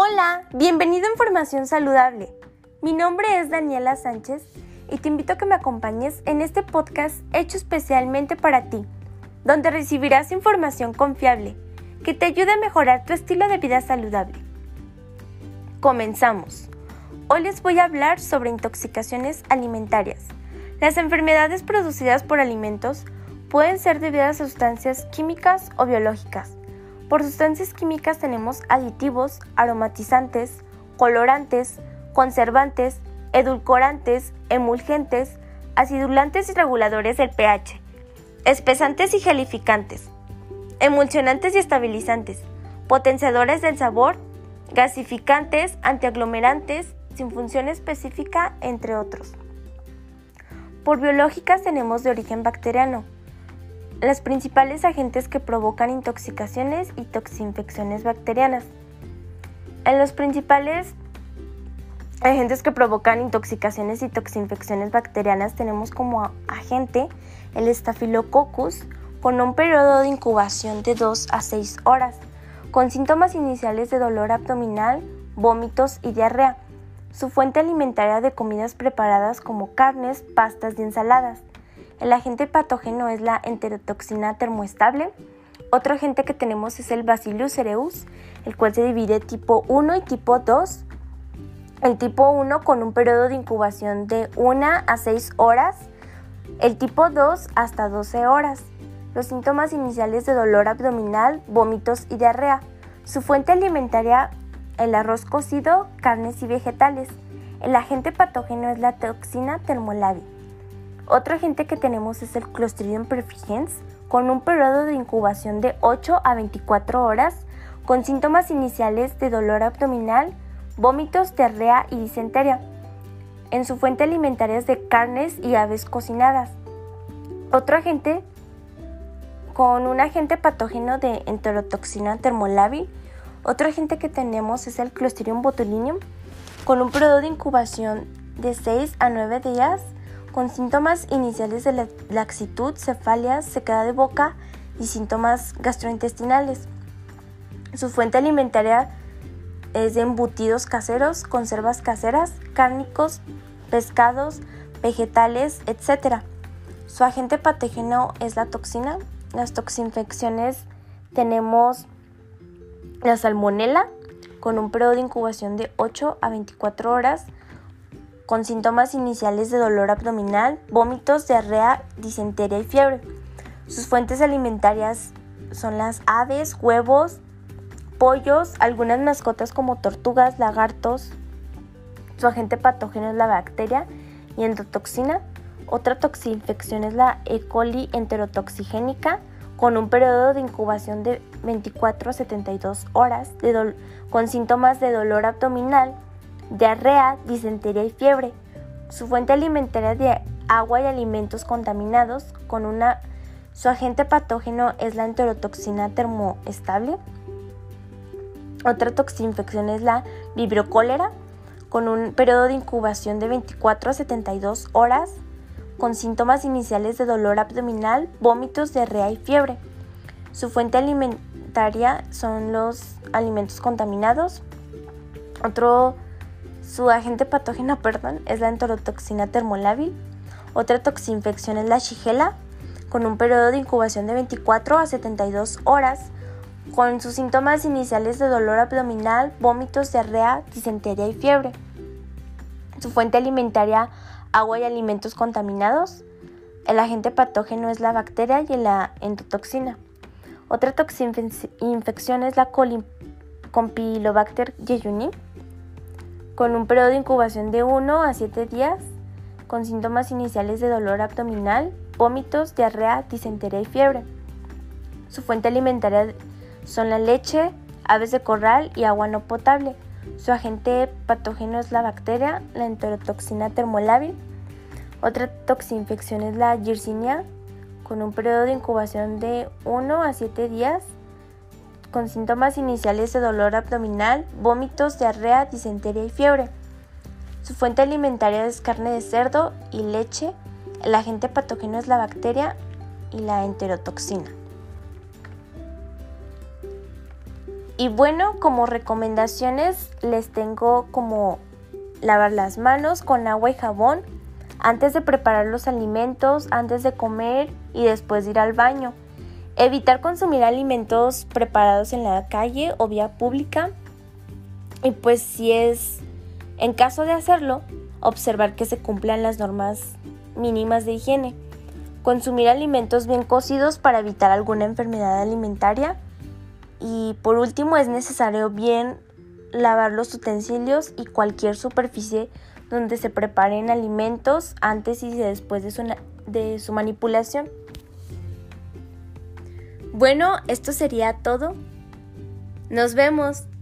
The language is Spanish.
Hola, bienvenido a Información Saludable. Mi nombre es Daniela Sánchez y te invito a que me acompañes en este podcast hecho especialmente para ti, donde recibirás información confiable que te ayude a mejorar tu estilo de vida saludable. Comenzamos. Hoy les voy a hablar sobre intoxicaciones alimentarias. Las enfermedades producidas por alimentos pueden ser debidas a sustancias químicas o biológicas. Por sustancias químicas tenemos aditivos, aromatizantes, colorantes, conservantes, edulcorantes, emulgentes, acidulantes y reguladores del pH, espesantes y gelificantes, emulsionantes y estabilizantes, potenciadores del sabor, gasificantes, antiaglomerantes, sin función específica, entre otros. Por biológicas tenemos de origen bacteriano. Los principales agentes que provocan intoxicaciones y toxinfecciones bacterianas. En los principales agentes que provocan intoxicaciones y toxinfecciones bacterianas tenemos como agente el Staphylococcus, con un periodo de incubación de 2 a 6 horas, con síntomas iniciales de dolor abdominal, vómitos y diarrea. Su fuente alimentaria de comidas preparadas como carnes, pastas y ensaladas. El agente patógeno es la enterotoxina termoestable. Otro agente que tenemos es el Bacillus cereus, el cual se divide tipo 1 y tipo 2. El tipo 1 con un periodo de incubación de 1 a 6 horas. El tipo 2 hasta 12 horas. Los síntomas iniciales de dolor abdominal, vómitos y diarrea. Su fuente alimentaria, el arroz cocido, carnes y vegetales. El agente patógeno es la toxina termolabi. Otro agente que tenemos es el Clostridium perfringens, con un periodo de incubación de 8 a 24 horas, con síntomas iniciales de dolor abdominal, vómitos, diarrea y disentería. En su fuente alimentaria es de carnes y aves cocinadas. Otro agente con un agente patógeno de enterotoxina termolabi. Otro agente que tenemos es el Clostridium botulinum, con un periodo de incubación de 6 a 9 días, con síntomas iniciales de laxitud, cefalea, sequedad de boca y síntomas gastrointestinales. Su fuente alimentaria es de embutidos caseros, conservas caseras, cárnicos, pescados, vegetales, etc. Su agente patógeno es la toxina. Las toxinfecciones tenemos la salmonela, con un periodo de incubación de 8 a 24 horas, con síntomas iniciales de dolor abdominal, vómitos, diarrea, disentería y fiebre. Sus fuentes alimentarias son las aves, huevos, pollos, algunas mascotas como tortugas, lagartos. Su agente patógeno es la bacteria y endotoxina. Otra toxinfección es la E. coli enterotoxigénica, con un periodo de incubación de 24 a 72 horas, con síntomas de dolor abdominal, diarrea, disentería y fiebre. Su fuente alimentaria de agua y alimentos contaminados, su agente patógeno es la enterotoxina termoestable. Otra toxinfección es la Vibrio cholera, con un periodo de incubación de 24 a 72 horas, con síntomas iniciales de dolor abdominal, vómitos, diarrea y fiebre. Su fuente alimentaria son los alimentos contaminados. Su agente patógeno, es la enterotoxina termolabi. Otra toxinfección es la Shigella, con un periodo de incubación de 24 a 72 horas, con sus síntomas iniciales de dolor abdominal, vómitos, diarrea, disentería y fiebre. Su fuente alimentaria, agua y alimentos contaminados. El agente patógeno es la bacteria y la endotoxina. Otra toxinfección es la Campylobacter jejuni, con un periodo de incubación de 1 a 7 días, con síntomas iniciales de dolor abdominal, vómitos, diarrea, disentería y fiebre. Su fuente alimentaria son la leche, aves de corral y agua no potable. Su agente patógeno es la bacteria, la enterotoxina termolabi. Otra toxinfección es la Yersinia, con un periodo de incubación de 1 a 7 días, con síntomas iniciales de dolor abdominal, vómitos, diarrea, disentería y fiebre. Su fuente alimentaria es carne de cerdo y leche. El agente patógeno es la bacteria y la enterotoxina. Y bueno, como recomendaciones les tengo como lavar las manos con agua y jabón antes de preparar los alimentos, antes de comer y después de ir al baño. Evitar consumir alimentos preparados en la calle o vía pública. Y pues si es en caso de hacerlo, observar que se cumplan las normas mínimas de higiene. Consumir alimentos bien cocidos para evitar alguna enfermedad alimentaria. Y por último, es necesario bien lavar los utensilios y cualquier superficie donde se preparen alimentos antes y después de su manipulación. Bueno, esto sería todo. Nos vemos.